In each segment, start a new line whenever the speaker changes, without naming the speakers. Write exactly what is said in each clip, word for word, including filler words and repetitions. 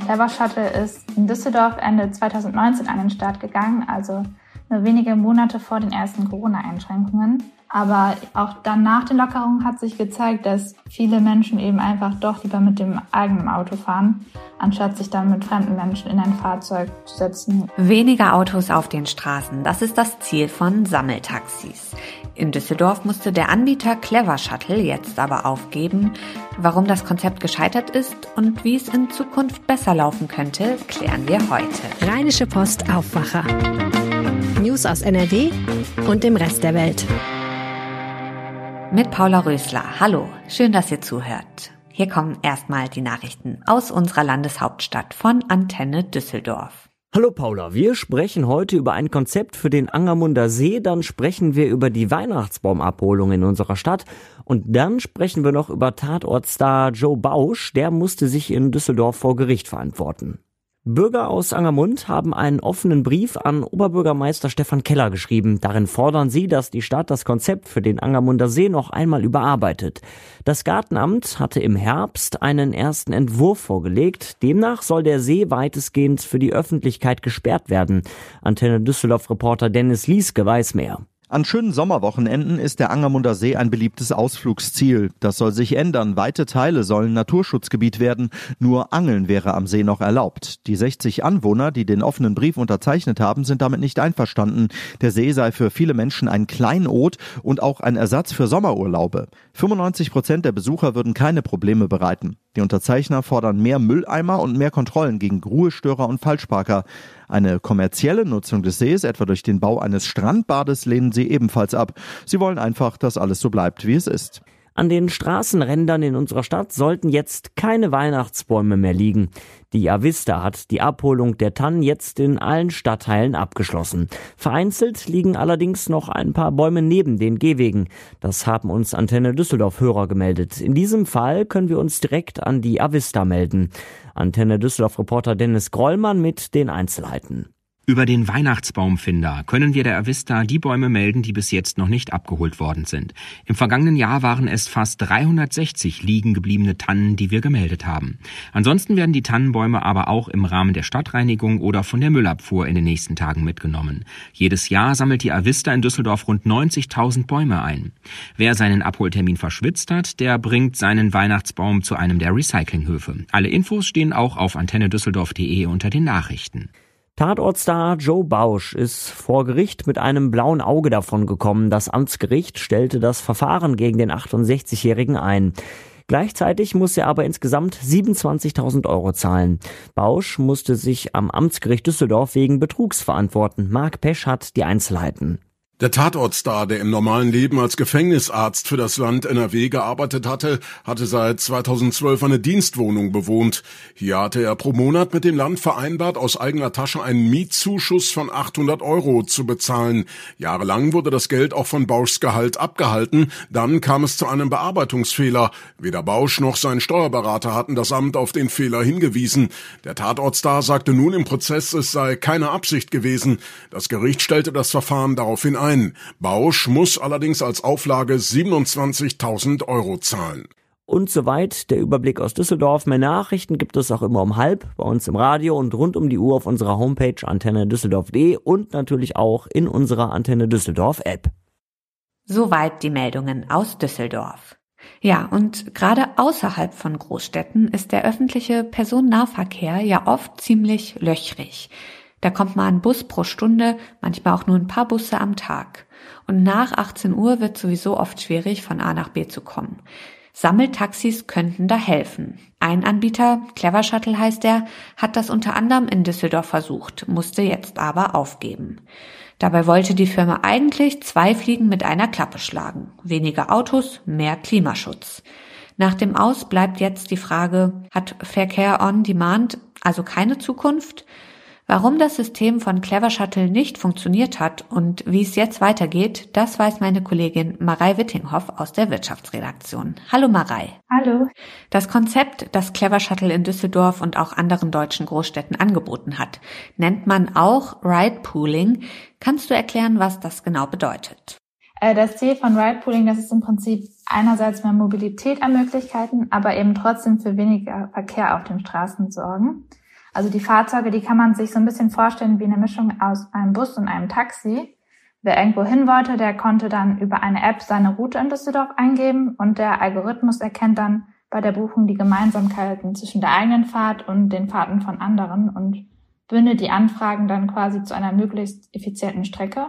Clever Shuttle ist in Düsseldorf Ende zweitausendneunzehn an den Start gegangen, also nur wenige Monate vor den ersten Corona-Einschränkungen. Aber auch dann nach den Lockerungen hat sich gezeigt, dass viele Menschen eben einfach doch lieber mit dem eigenen Auto fahren, anstatt sich dann mit fremden Menschen in ein Fahrzeug zu setzen.
Weniger Autos auf den Straßen, das ist das Ziel von Sammeltaxis. In Düsseldorf musste der Anbieter Clever Shuttle jetzt aber aufgeben. Warum das Konzept gescheitert ist und wie es in Zukunft besser laufen könnte, klären wir heute.
Rheinische Post Aufwacher. News aus N R W und dem Rest der Welt.
Mit Paula Rösler. Hallo, schön, dass ihr zuhört. Hier kommen erstmal die Nachrichten aus unserer Landeshauptstadt von Antenne Düsseldorf.
Hallo Paula, wir sprechen heute über ein Konzept für den Angermunder See, dann sprechen wir über die Weihnachtsbaumabholung in unserer Stadt und dann sprechen wir noch über Tatortstar Joe Bausch, der musste sich in Düsseldorf vor Gericht verantworten. Bürger aus Angermund haben einen offenen Brief an Oberbürgermeister Stefan Keller geschrieben. Darin fordern sie, dass die Stadt das Konzept für den Angermunder See noch einmal überarbeitet. Das Gartenamt hatte im Herbst einen ersten Entwurf vorgelegt. Demnach soll der See weitestgehend für die Öffentlichkeit gesperrt werden. Antenne Düsseldorf-Reporter Dennis Lieske weiß mehr.
An schönen Sommerwochenenden ist der Angermunder See ein beliebtes Ausflugsziel. Das soll sich ändern. Weite Teile sollen Naturschutzgebiet werden. Nur Angeln wäre am See noch erlaubt. Die sechzig Anwohner, die den offenen Brief unterzeichnet haben, sind damit nicht einverstanden. Der See sei für viele Menschen ein Kleinod und auch ein Ersatz für Sommerurlaube. fünfundneunzig Prozent der Besucher würden keine Probleme bereiten. Die Unterzeichner fordern mehr Mülleimer und mehr Kontrollen gegen Ruhestörer und Falschparker. Eine kommerzielle Nutzung des Sees, etwa durch den Bau eines Strandbades, lehnen sie ebenfalls ab. Sie wollen einfach, dass alles so bleibt, wie es ist.
An den Straßenrändern in unserer Stadt sollten jetzt keine Weihnachtsbäume mehr liegen. Die Avista hat die Abholung der Tannen jetzt in allen Stadtteilen abgeschlossen. Vereinzelt liegen allerdings noch ein paar Bäume neben den Gehwegen. Das haben uns Antenne Düsseldorf-Hörer gemeldet. In diesem Fall können wir uns direkt an die Avista melden. Antenne Düsseldorf-Reporter Dennis Grollmann mit den Einzelheiten.
Über den Weihnachtsbaumfinder können wir der Avista die Bäume melden, die bis jetzt noch nicht abgeholt worden sind. Im vergangenen Jahr waren es fast dreihundertsechzig liegen gebliebene Tannen, die wir gemeldet haben. Ansonsten werden die Tannenbäume aber auch im Rahmen der Stadtreinigung oder von der Müllabfuhr in den nächsten Tagen mitgenommen. Jedes Jahr sammelt die Avista in Düsseldorf rund neunzigtausend Bäume ein. Wer seinen Abholtermin verschwitzt hat, der bringt seinen Weihnachtsbaum zu einem der Recyclinghöfe. Alle Infos stehen auch auf antenne düsseldorf punkt de unter den Nachrichten.
Tatortstar Joe Bausch ist vor Gericht mit einem blauen Auge davongekommen. Das Amtsgericht stellte das Verfahren gegen den achtundsechzigjährigen ein. Gleichzeitig muss er aber insgesamt siebenundzwanzigtausend Euro zahlen. Bausch musste sich am Amtsgericht Düsseldorf wegen Betrugs verantworten. Marc Pesch hat die Einzelheiten.
Der Tatortstar, der im normalen Leben als Gefängnisarzt für das Land N R W gearbeitet hatte, hatte seit zweitausendzwölf eine Dienstwohnung bewohnt. Hier hatte er pro Monat mit dem Land vereinbart, aus eigener Tasche einen Mietzuschuss von achthundert Euro zu bezahlen. Jahrelang wurde das Geld auch von Bauschs Gehalt abgehalten. Dann kam es zu einem Bearbeitungsfehler. Weder Bausch noch sein Steuerberater hatten das Amt auf den Fehler hingewiesen. Der Tatortstar sagte nun im Prozess, es sei keine Absicht gewesen. Das Gericht stellte das Verfahren daraufhin ein. Bausch muss allerdings als Auflage siebenundzwanzigtausend Euro zahlen.
Und soweit der Überblick aus Düsseldorf. Mehr Nachrichten gibt es auch immer um halb bei uns im Radio und rund um die Uhr auf unserer Homepage antenne düsseldorf punkt de und natürlich auch in unserer Antenne Düsseldorf App.
Soweit die Meldungen aus Düsseldorf. Ja, und gerade außerhalb von Großstädten ist der öffentliche Personennahverkehr ja oft ziemlich löchrig. Da kommt mal ein Bus pro Stunde, manchmal auch nur ein paar Busse am Tag. Und nach achtzehn Uhr wird sowieso oft schwierig, von A nach B zu kommen. Sammeltaxis könnten da helfen. Ein Anbieter, Clever Shuttle heißt er, hat das unter anderem in Düsseldorf versucht, musste jetzt aber aufgeben. Dabei wollte die Firma eigentlich zwei Fliegen mit einer Klappe schlagen. Weniger Autos, mehr Klimaschutz. Nach dem Aus bleibt jetzt die Frage, hat Verkehr on Demand also keine Zukunft? Warum das System von Clever Shuttle nicht funktioniert hat und wie es jetzt weitergeht, das weiß meine Kollegin Marei Wittinghoff aus der Wirtschaftsredaktion. Hallo Marei.
Hallo.
Das Konzept, das Clever Shuttle in Düsseldorf und auch anderen deutschen Großstädten angeboten hat, nennt man auch Ride Pooling. Kannst du erklären, was das genau bedeutet?
Das Ziel von Ride Pooling, das ist im Prinzip einerseits mehr Mobilität an Möglichkeiten, aber eben trotzdem für weniger Verkehr auf den Straßen sorgen. Also die Fahrzeuge, die kann man sich so ein bisschen vorstellen wie eine Mischung aus einem Bus und einem Taxi. Wer irgendwo hin wollte, der konnte dann über eine App seine Route in Düsseldorf eingeben und der Algorithmus erkennt dann bei der Buchung die Gemeinsamkeiten zwischen der eigenen Fahrt und den Fahrten von anderen und bündelt die Anfragen dann quasi zu einer möglichst effizienten Strecke.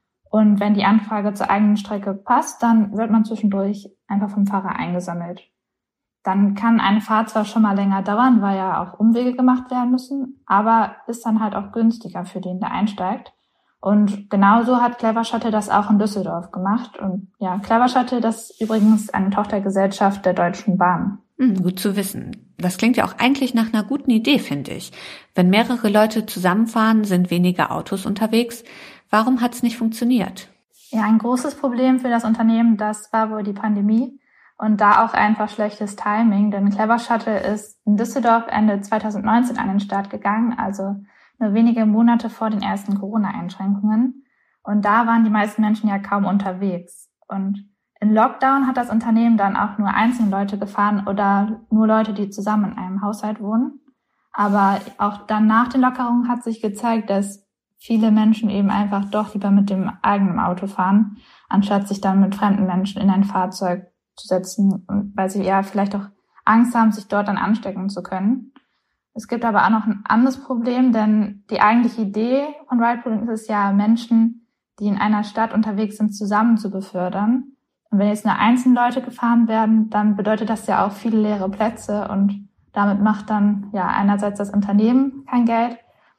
Und wenn die Anfrage zur eigenen Strecke passt, dann wird man zwischendurch einfach vom Fahrer eingesammelt. Dann kann eine Fahrt zwar schon mal länger dauern, weil ja auch Umwege gemacht werden müssen, aber ist dann halt auch günstiger für den, der einsteigt. Und genauso hat Clever Shuttle das auch in Düsseldorf gemacht. Und ja, Clever Shuttle, das ist übrigens eine Tochtergesellschaft der Deutschen Bahn.
Hm, gut zu wissen. Das klingt ja auch eigentlich nach einer guten Idee, finde ich. Wenn mehrere Leute zusammenfahren, sind weniger Autos unterwegs. Warum hat es nicht funktioniert?
Ja, ein großes Problem für das Unternehmen, das war wohl die Pandemie. Und da auch einfach schlechtes Timing, denn Clever Shuttle ist in Düsseldorf Ende zweitausendneunzehn an den Start gegangen, also nur wenige Monate vor den ersten Corona-Einschränkungen. Und da waren die meisten Menschen ja kaum unterwegs. Und in Lockdown hat das Unternehmen dann auch nur einzelne Leute gefahren oder nur Leute, die zusammen in einem Haushalt wohnen. Aber auch dann nach den Lockerungen hat sich gezeigt, dass viele Menschen eben einfach doch lieber mit dem eigenen Auto fahren, anstatt sich dann mit fremden Menschen in ein Fahrzeug zu setzen, weil sie ja vielleicht auch Angst haben, sich dort dann anstecken zu können. Es gibt aber auch noch ein anderes Problem, denn die eigentliche Idee von Ridepooling ist es ja, Menschen, die in einer Stadt unterwegs sind, zusammen zu befördern. Und wenn jetzt nur einzelne Leute gefahren werden, dann bedeutet das ja auch viele leere Plätze und damit macht dann ja einerseits das Unternehmen kein Geld,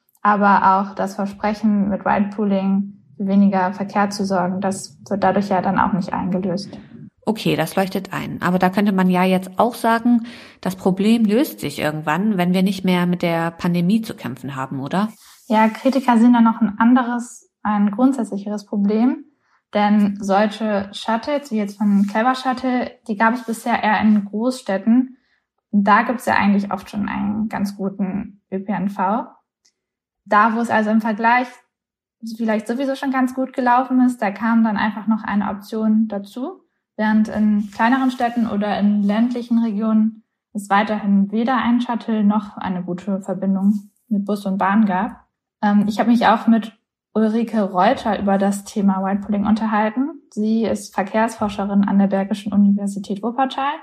aber auch das Versprechen mit Ridepooling für weniger Verkehr zu sorgen, das wird dadurch ja dann auch nicht eingelöst.
Okay, das leuchtet ein. Aber da könnte man ja jetzt auch sagen, das Problem löst sich irgendwann, wenn wir nicht mehr mit der Pandemie zu kämpfen haben, oder?
Ja, Kritiker sehen da noch ein anderes, ein grundsätzlicheres Problem. Denn solche Shuttles, wie jetzt von Clever Shuttle, die gab es bisher eher in Großstädten. Und da gibt es ja eigentlich oft schon einen ganz guten Ö P N V. Da, wo es also im Vergleich vielleicht sowieso schon ganz gut gelaufen ist, da kam dann einfach noch eine Option dazu. Während in kleineren Städten oder in ländlichen Regionen es weiterhin weder ein Shuttle noch eine gute Verbindung mit Bus und Bahn gab. Ähm, ich habe mich auch mit Ulrike Reuter über das Thema Ridepooling unterhalten. Sie ist Verkehrsforscherin an der Bergischen Universität Wuppertal.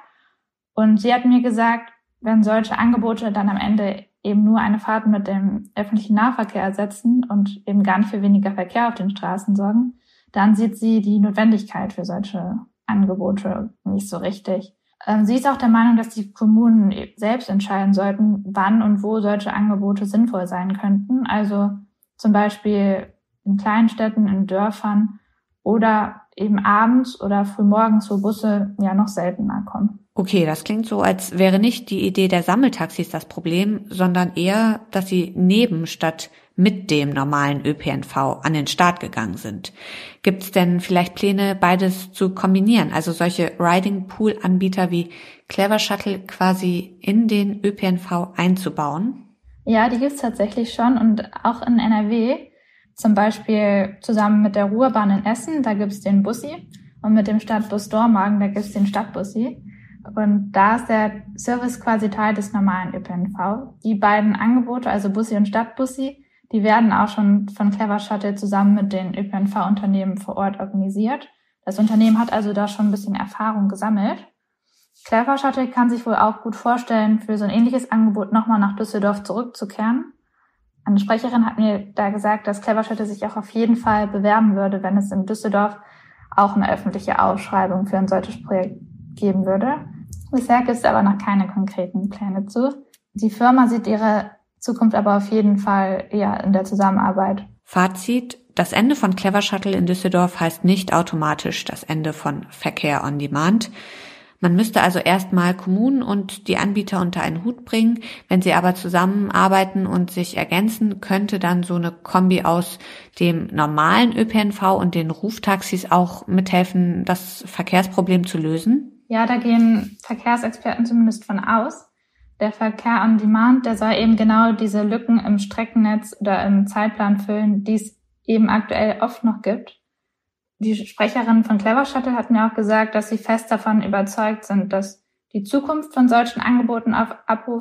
Und sie hat mir gesagt, wenn solche Angebote dann am Ende eben nur eine Fahrt mit dem öffentlichen Nahverkehr ersetzen und eben gar nicht für weniger Verkehr auf den Straßen sorgen, dann sieht sie die Notwendigkeit für solche Angebote nicht so richtig. Ähm, sie ist auch der Meinung, dass die Kommunen selbst entscheiden sollten, wann und wo solche Angebote sinnvoll sein könnten. Also zum Beispiel in kleinen Städten, in Dörfern oder eben abends oder frühmorgens, wo Busse ja noch seltener kommen.
Okay, das klingt so, als wäre nicht die Idee der Sammeltaxis das Problem, sondern eher, dass sie neben statt mit dem normalen Ö P N V an den Start gegangen sind. Gibt es denn vielleicht Pläne, beides zu kombinieren, also solche Riding-Pool-Anbieter wie Clever Shuttle quasi in den Ö P N V einzubauen?
Ja, die gibt es tatsächlich schon und auch in N R W, zum Beispiel zusammen mit der Ruhrbahn in Essen, da gibt es den Bussi und mit dem Stadtbus Dormagen, da gibt es den Stadtbussi. Und da ist der Service quasi Teil des normalen Ö P N V. Die beiden Angebote, also Bussi und Stadtbussi, die werden auch schon von Clever Shuttle zusammen mit den Ö P N V-Unternehmen vor Ort organisiert. Das Unternehmen hat also da schon ein bisschen Erfahrung gesammelt. Clever Shuttle kann sich wohl auch gut vorstellen, für so ein ähnliches Angebot nochmal nach Düsseldorf zurückzukehren. Eine Sprecherin hat mir da gesagt, dass Clever Shuttle sich auch auf jeden Fall bewerben würde, wenn es in Düsseldorf auch eine öffentliche Ausschreibung für ein solches Projekt geben würde. Bisher gibt es aber noch keine konkreten Pläne zu. Die Firma sieht ihre Zukunft aber auf jeden Fall eher in der Zusammenarbeit.
Fazit: Das Ende von Clever Shuttle in Düsseldorf heißt nicht automatisch das Ende von Verkehr on Demand. Man müsste also erstmal Kommunen und die Anbieter unter einen Hut bringen. Wenn sie aber zusammenarbeiten und sich ergänzen, könnte dann so eine Kombi aus dem normalen Ö P N V und den Ruftaxis auch mithelfen, das Verkehrsproblem zu lösen?
Ja, da gehen Verkehrsexperten zumindest von aus. Der Verkehr on Demand, der soll eben genau diese Lücken im Streckennetz oder im Zeitplan füllen, die es eben aktuell oft noch gibt. Die Sprecherin von Clever Shuttle hat mir auch gesagt, dass sie fest davon überzeugt sind, dass die Zukunft von solchen Angeboten auf Abruf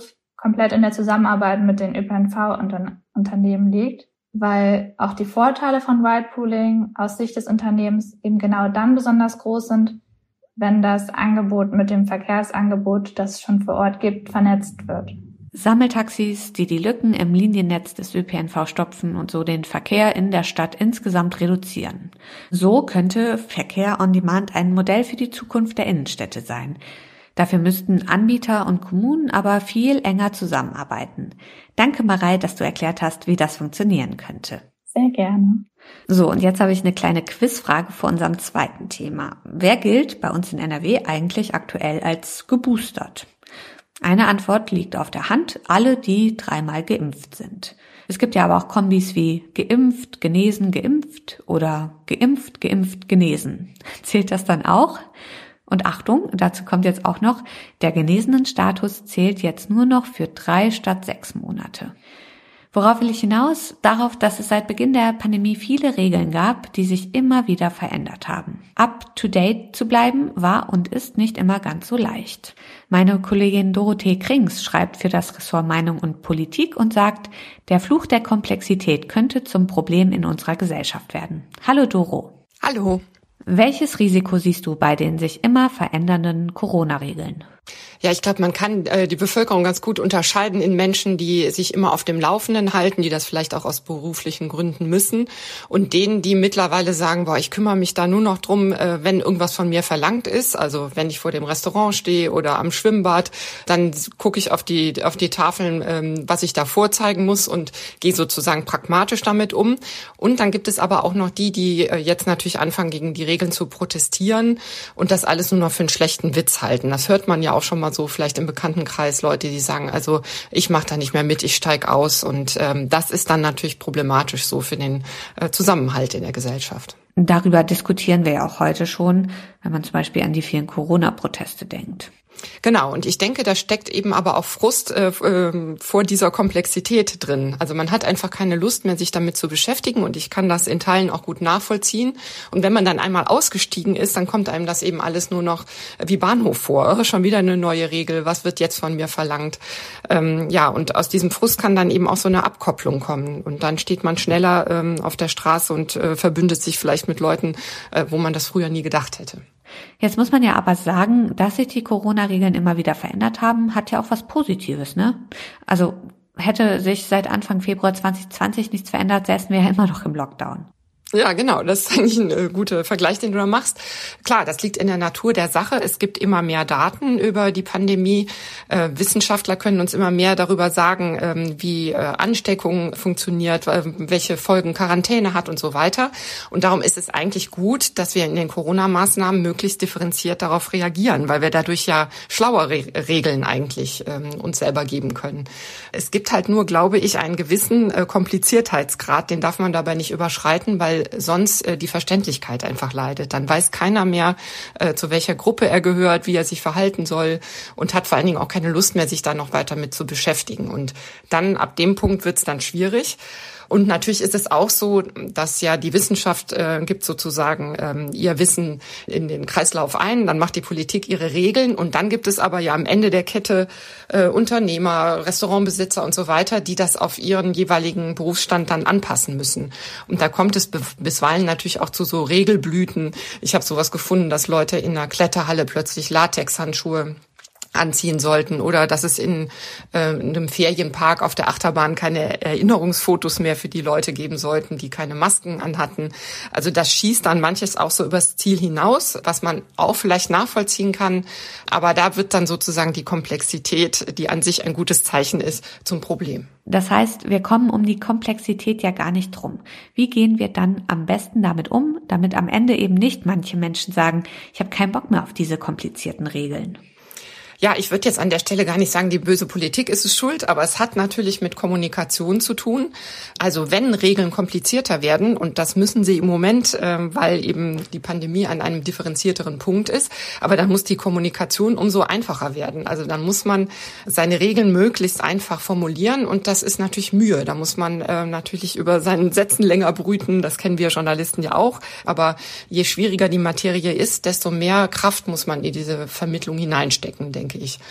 komplett in der Zusammenarbeit mit den Ö P N V-Unternehmen liegt, weil auch die Vorteile von Ridepooling aus Sicht des Unternehmens eben genau dann besonders groß sind, wenn das Angebot mit dem Verkehrsangebot, das es schon vor Ort gibt, vernetzt wird.
Sammeltaxis, die die Lücken im Liniennetz des Ö P N V stopfen und so den Verkehr in der Stadt insgesamt reduzieren. So könnte Verkehr on Demand ein Modell für die Zukunft der Innenstädte sein. Dafür müssten Anbieter und Kommunen aber viel enger zusammenarbeiten. Danke, Marei, dass du erklärt hast, wie das funktionieren könnte.
Sehr gerne.
So, und jetzt habe ich eine kleine Quizfrage vor unserem zweiten Thema. Wer gilt bei uns in N R W eigentlich aktuell als geboostert? Eine Antwort liegt auf der Hand, alle, die dreimal geimpft sind. Es gibt ja aber auch Kombis wie geimpft, genesen, geimpft oder geimpft, geimpft, genesen. Zählt das dann auch? Und Achtung, dazu kommt jetzt auch noch, der genesenen Status zählt jetzt nur noch für drei statt sechs Monate. Worauf will ich hinaus? Darauf, dass es seit Beginn der Pandemie viele Regeln gab, die sich immer wieder verändert haben. Up-to-date zu bleiben war und ist nicht immer ganz so leicht. Meine Kollegin Dorothee Krings schreibt für das Ressort Meinung und Politik und sagt, der Fluch der Komplexität könnte zum Problem in unserer Gesellschaft werden. Hallo Doro.
Hallo.
Welches Risiko siehst du bei den sich immer verändernden Corona-Regeln?
Ja, ich glaube, man kann äh, die Bevölkerung ganz gut unterscheiden in Menschen, die sich immer auf dem Laufenden halten, die das vielleicht auch aus beruflichen Gründen müssen, und denen, die mittlerweile sagen, boah, ich kümmere mich da nur noch drum, äh, wenn irgendwas von mir verlangt ist. Also wenn ich vor dem Restaurant stehe oder am Schwimmbad, dann gucke ich auf die auf die Tafeln, ähm, was ich da vorzeigen muss und gehe sozusagen pragmatisch damit um. Und dann gibt es aber auch noch die, die äh, jetzt natürlich anfangen, gegen die Regeln zu protestieren und das alles nur noch für einen schlechten Witz halten. Das hört man ja auch schon mal so vielleicht im Bekanntenkreis, Leute, die sagen, also ich mache da nicht mehr mit, ich steig aus, und ähm, das ist dann natürlich problematisch so für den äh, Zusammenhalt in der Gesellschaft.
Darüber diskutieren wir ja auch heute schon, wenn man zum Beispiel an die vielen Corona-Proteste denkt.
Genau, und ich denke, da steckt eben aber auch Frust äh, äh, vor dieser Komplexität drin. Also man hat einfach keine Lust mehr, sich damit zu beschäftigen, und ich kann das in Teilen auch gut nachvollziehen. Und wenn man dann einmal ausgestiegen ist, dann kommt einem das eben alles nur noch wie Bahnhof vor. Schon wieder eine neue Regel, was wird jetzt von mir verlangt? Ähm, ja, und aus diesem Frust kann dann eben auch so eine Abkopplung kommen. Und dann steht man schneller ähm, auf der Straße und äh, verbündet sich vielleicht mit Leuten, äh, wo man das früher nie gedacht hätte.
Jetzt muss man ja aber sagen, dass sich die Corona-Regeln immer wieder verändert haben, hat ja auch was Positives, ne? Also hätte sich seit Anfang Februar zwanzig zwanzig nichts verändert, säßen wir ja immer noch im Lockdown.
Ja, genau, das ist eigentlich ein äh, guter Vergleich, den du da machst. Klar, das liegt in der Natur der Sache. Es gibt immer mehr Daten über die Pandemie. Äh, Wissenschaftler können uns immer mehr darüber sagen, ähm, wie äh, Ansteckung funktioniert, äh, welche Folgen Quarantäne hat und so weiter. Und darum ist es eigentlich gut, dass wir in den Corona-Maßnahmen möglichst differenziert darauf reagieren, weil wir dadurch ja schlaue Re- Regeln eigentlich ähm, uns selber geben können. Es gibt halt nur, glaube ich, einen gewissen äh, Kompliziertheitsgrad, den darf man dabei nicht überschreiten, weil sonst äh, die Verständlichkeit einfach leidet. Dann weiß keiner mehr, äh, zu welcher Gruppe er gehört, wie er sich verhalten soll, und hat vor allen Dingen auch keine Lust mehr, sich da noch weiter mit zu beschäftigen. Und dann ab dem Punkt wird es dann schwierig. Und natürlich ist es auch so, dass ja die Wissenschaft äh, gibt sozusagen ähm, ihr Wissen in den Kreislauf ein, dann macht die Politik ihre Regeln, und dann gibt es aber ja am Ende der Kette äh, Unternehmer, Restaurantbesitzer und so weiter, die das auf ihren jeweiligen Berufsstand dann anpassen müssen. Und da kommt es bisweilen natürlich auch zu so Regelblüten. Ich habe sowas gefunden, dass Leute in einer Kletterhalle plötzlich Latexhandschuhe anziehen sollten, oder dass es in, äh, in einem Ferienpark auf der Achterbahn keine Erinnerungsfotos mehr für die Leute geben sollten, die keine Masken anhatten. Also das schießt dann manches auch so übers Ziel hinaus, was man auch vielleicht nachvollziehen kann. Aber da wird dann sozusagen die Komplexität, die an sich ein gutes Zeichen ist, zum Problem.
Das heißt, wir kommen um die Komplexität ja gar nicht drum. Wie gehen wir dann am besten damit um, damit am Ende eben nicht manche Menschen sagen, ich habe keinen Bock mehr auf diese komplizierten Regeln?
Ja, ich würde jetzt an der Stelle gar nicht sagen, die böse Politik ist es schuld, aber es hat natürlich mit Kommunikation zu tun. Also wenn Regeln komplizierter werden, und das müssen sie im Moment, äh, weil eben die Pandemie an einem differenzierteren Punkt ist, aber dann muss die Kommunikation umso einfacher werden. Also dann muss man seine Regeln möglichst einfach formulieren, und das ist natürlich Mühe. Da muss man äh, natürlich über seinen Sätzen länger brüten, das kennen wir Journalisten ja auch. Aber je schwieriger die Materie ist, desto mehr Kraft muss man in diese Vermittlung hineinstecken, denke ich.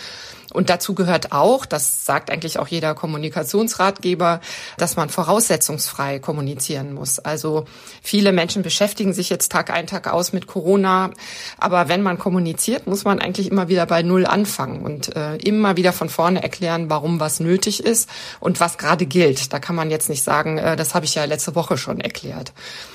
Und dazu gehört auch, das sagt eigentlich auch jeder Kommunikationsratgeber, dass man voraussetzungsfrei kommunizieren muss. Also viele Menschen beschäftigen sich jetzt Tag ein, Tag aus mit Corona. Aber wenn man kommuniziert, muss man eigentlich immer wieder bei Null anfangen und äh, immer wieder von vorne erklären, warum was nötig ist und was gerade gilt. Da kann man jetzt nicht sagen, äh, das habe ich ja letzte Woche schon erklärt.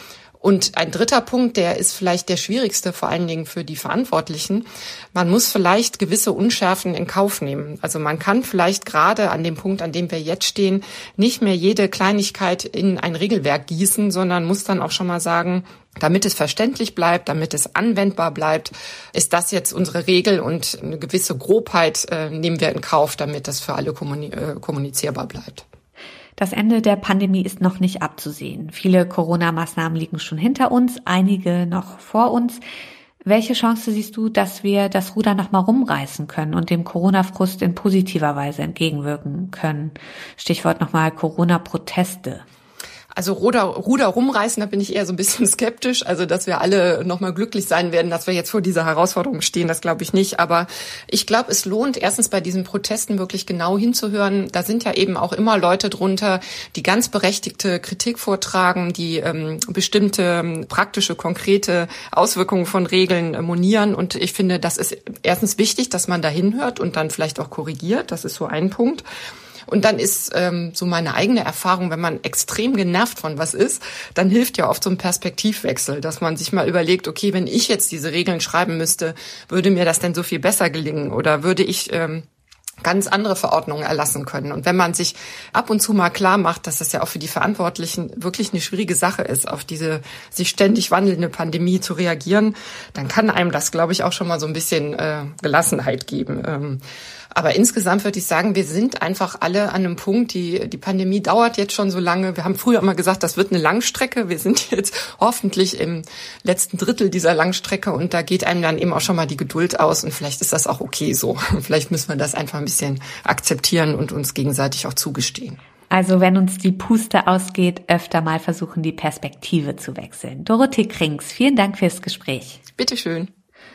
Und ein dritter Punkt, der ist vielleicht der schwierigste, vor allen Dingen für die Verantwortlichen. Man muss vielleicht gewisse Unschärfen in Kauf nehmen. Also man kann vielleicht gerade an dem Punkt, an dem wir jetzt stehen, nicht mehr jede Kleinigkeit in ein Regelwerk gießen, sondern muss dann auch schon mal sagen, damit es verständlich bleibt, damit es anwendbar bleibt, ist das jetzt unsere Regel und eine gewisse Grobheit äh, nehmen wir in Kauf, damit das für alle kommuni- äh, kommunizierbar bleibt.
Das Ende der Pandemie ist noch nicht abzusehen. Viele Corona-Maßnahmen liegen schon hinter uns, einige noch vor uns. Welche Chance siehst du, dass wir das Ruder noch mal rumreißen können und dem Corona-Frust in positiver Weise entgegenwirken können? Stichwort nochmal Corona-Proteste.
Also Ruder, Ruder rumreißen, da bin ich eher so ein bisschen skeptisch. Also, dass wir alle nochmal glücklich sein werden, dass wir jetzt vor dieser Herausforderung stehen, das glaube ich nicht. Aber ich glaube, es lohnt erstens bei diesen Protesten wirklich genau hinzuhören. Da sind ja eben auch immer Leute drunter, die ganz berechtigte Kritik vortragen, die ähm, bestimmte ähm, praktische, konkrete Auswirkungen von Regeln äh, monieren. Und ich finde, das ist erstens wichtig, dass man da hinhört und dann vielleicht auch korrigiert. Das ist so ein Punkt. Und dann ist ähm, so meine eigene Erfahrung, wenn man extrem genervt von was ist, dann hilft ja oft so ein Perspektivwechsel, dass man sich mal überlegt, okay, wenn ich jetzt diese Regeln schreiben müsste, würde mir das denn so viel besser gelingen oder würde ich ähm, ganz andere Verordnungen erlassen können. Und wenn man sich ab und zu mal klar macht, dass das ja auch für die Verantwortlichen wirklich eine schwierige Sache ist, auf diese sich ständig wandelnde Pandemie zu reagieren, dann kann einem das, glaube ich, auch schon mal so ein bisschen äh, Gelassenheit geben. Ähm, Aber insgesamt würde ich sagen, wir sind einfach alle an einem Punkt, die die Pandemie dauert jetzt schon so lange. Wir haben früher immer gesagt, das wird eine Langstrecke. Wir sind jetzt hoffentlich im letzten Drittel dieser Langstrecke und da geht einem dann eben auch schon mal die Geduld aus und vielleicht ist das auch okay so. Vielleicht müssen wir das einfach ein bisschen akzeptieren und uns gegenseitig auch zugestehen.
Also wenn uns die Puste ausgeht, öfter mal versuchen, die Perspektive zu wechseln. Dorothee Krings, vielen Dank fürs Gespräch.
Bitteschön.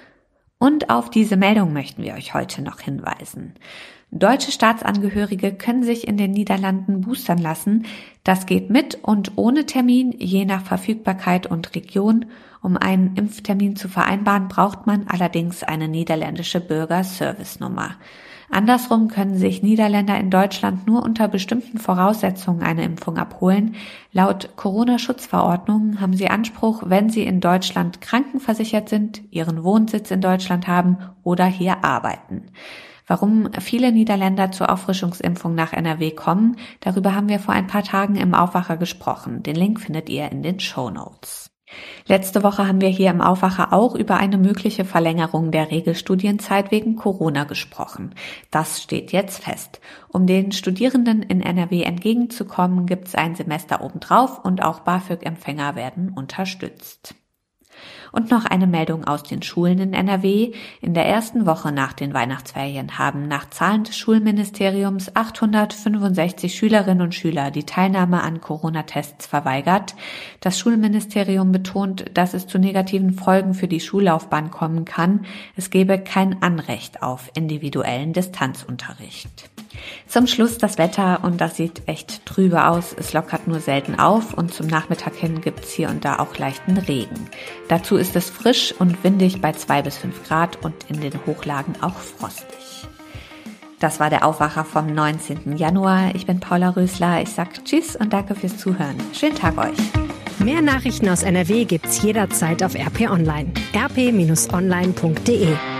Und auf diese Meldung möchten wir euch heute noch hinweisen. Deutsche Staatsangehörige können sich in den Niederlanden boostern lassen. Das geht mit und ohne Termin, je nach Verfügbarkeit und Region. Um einen Impftermin zu vereinbaren, braucht man allerdings eine niederländische Bürgerservice-Nummer. Andersrum können sich Niederländer in Deutschland nur unter bestimmten Voraussetzungen eine Impfung abholen. Laut Corona-Schutzverordnung haben sie Anspruch, wenn sie in Deutschland krankenversichert sind, ihren Wohnsitz in Deutschland haben oder hier arbeiten. Warum viele Niederländer zur Auffrischungsimpfung nach N R W kommen, darüber haben wir vor ein paar Tagen im Aufwacher gesprochen. Den Link findet ihr in den Shownotes. Letzte Woche haben wir hier im Aufwacher auch über eine mögliche Verlängerung der Regelstudienzeit wegen Corona gesprochen. Das steht jetzt fest. Um den Studierenden in N R W entgegenzukommen, gibt es ein Semester obendrauf und auch BAföG-Empfänger werden unterstützt. Und noch eine Meldung aus den Schulen in N R W. In der ersten Woche nach den Weihnachtsferien haben nach Zahlen des Schulministeriums achthundertfünfundsechzig Schülerinnen und Schüler die Teilnahme an Corona-Tests verweigert. Das Schulministerium betont, dass es zu negativen Folgen für die Schullaufbahn kommen kann. Es gebe kein Anrecht auf individuellen Distanzunterricht. Zum Schluss das Wetter und das sieht echt trübe aus. Es lockert nur selten auf und zum Nachmittag hin gibt's hier und da auch leichten Regen. Dazu ist es frisch und windig bei zwei bis fünf Grad und in den Hochlagen auch frostig. Das war der Aufwacher vom neunzehnten Januar. Ich bin Paula Rösler. Ich sag Tschüss und danke fürs Zuhören. Schönen Tag euch.
Mehr Nachrichten aus N R W gibt's jederzeit auf R P Online. r p Bindestrich online punkt d e